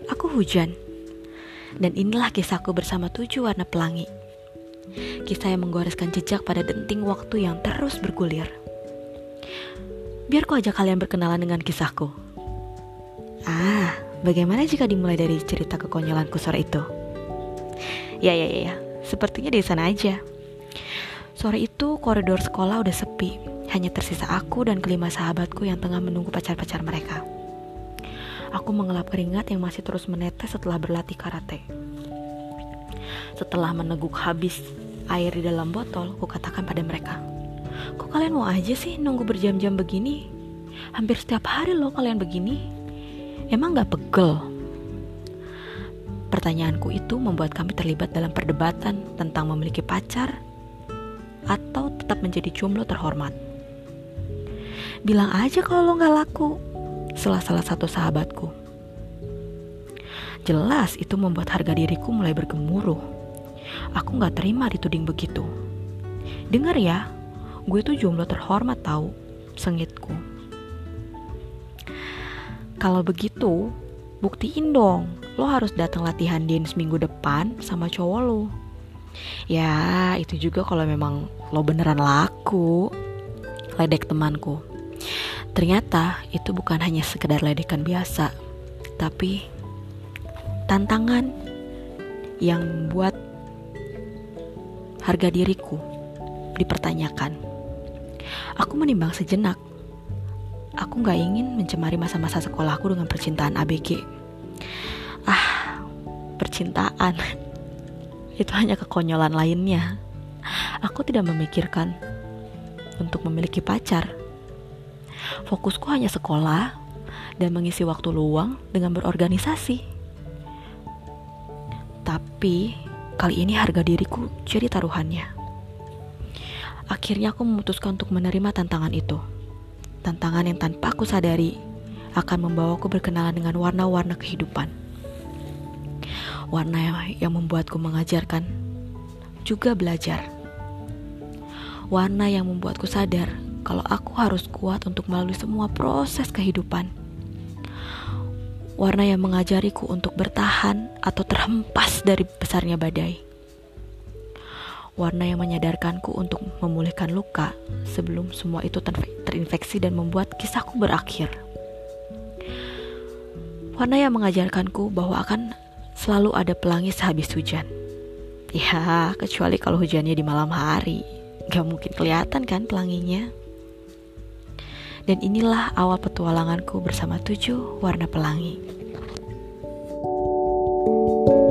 Aku hujan. Dan inilah kisahku bersama 7 warna pelangi. Kisah yang menggoreskan jejak pada denting waktu yang terus bergulir. Biar ku ajak kalian berkenalan dengan kisahku. Bagaimana jika dimulai dari cerita kekonyolanku sore itu? Ya, sepertinya di sana aja. Sore itu koridor sekolah udah sepi. Hanya tersisa aku dan kelima sahabatku yang tengah menunggu pacar-pacar mereka. Aku mengelap keringat yang masih terus menetes setelah berlatih karate. Setelah meneguk habis air di dalam botol, ku katakan pada mereka, "Kok kalian mau aja sih nunggu berjam-jam begini? Hampir setiap hari loh kalian begini. Emang gak pegel?" Pertanyaanku itu membuat kami terlibat dalam perdebatan tentang memiliki pacar atau tetap menjadi jomblo terhormat. "Bilang aja kalau lo gak laku," salah satu sahabatku. Jelas itu membuat harga diriku mulai bergemuruh. Aku gak terima dituding begitu. "Dengar ya, gue tuh jomblo terhormat tahu," sengitku. "Kalau begitu, buktiin dong. Lo harus datang latihan dance minggu depan sama cowok lo." "Ya, itu juga kalau memang lo beneran laku," ledek temanku. Ternyata itu bukan hanya sekedar ledekan biasa, tapi tantangan yang membuat harga diriku dipertanyakan. Aku menimbang sejenak. Aku gak ingin mencemari masa-masa sekolahku dengan percintaan ABG. Percintaan itu hanya kekonyolan lainnya. Aku tidak memikirkan untuk memiliki pacar. Fokusku hanya sekolah dan mengisi waktu luang dengan berorganisasi. Tapi kali ini harga diriku jadi taruhannya. Akhirnya aku memutuskan untuk menerima tantangan itu. Tantangan yang tanpa aku sadari akan membawaku berkenalan dengan warna-warna kehidupan. Warna yang membuatku mengajarkan juga belajar. Warna yang membuatku sadar kalau aku harus kuat untuk melalui semua proses kehidupan. Warna yang mengajariku untuk bertahan atau terhempas dari besarnya badai. Warna yang menyadarkanku untuk memulihkan luka sebelum semua itu terinfeksi dan membuat kisahku berakhir. Warna yang mengajarkanku bahwa akan selalu ada pelangi sehabis hujan. Ya, kecuali kalau hujannya di malam hari. Gak mungkin kelihatan kan pelanginya. Dan inilah awal petualanganku bersama 7 warna pelangi.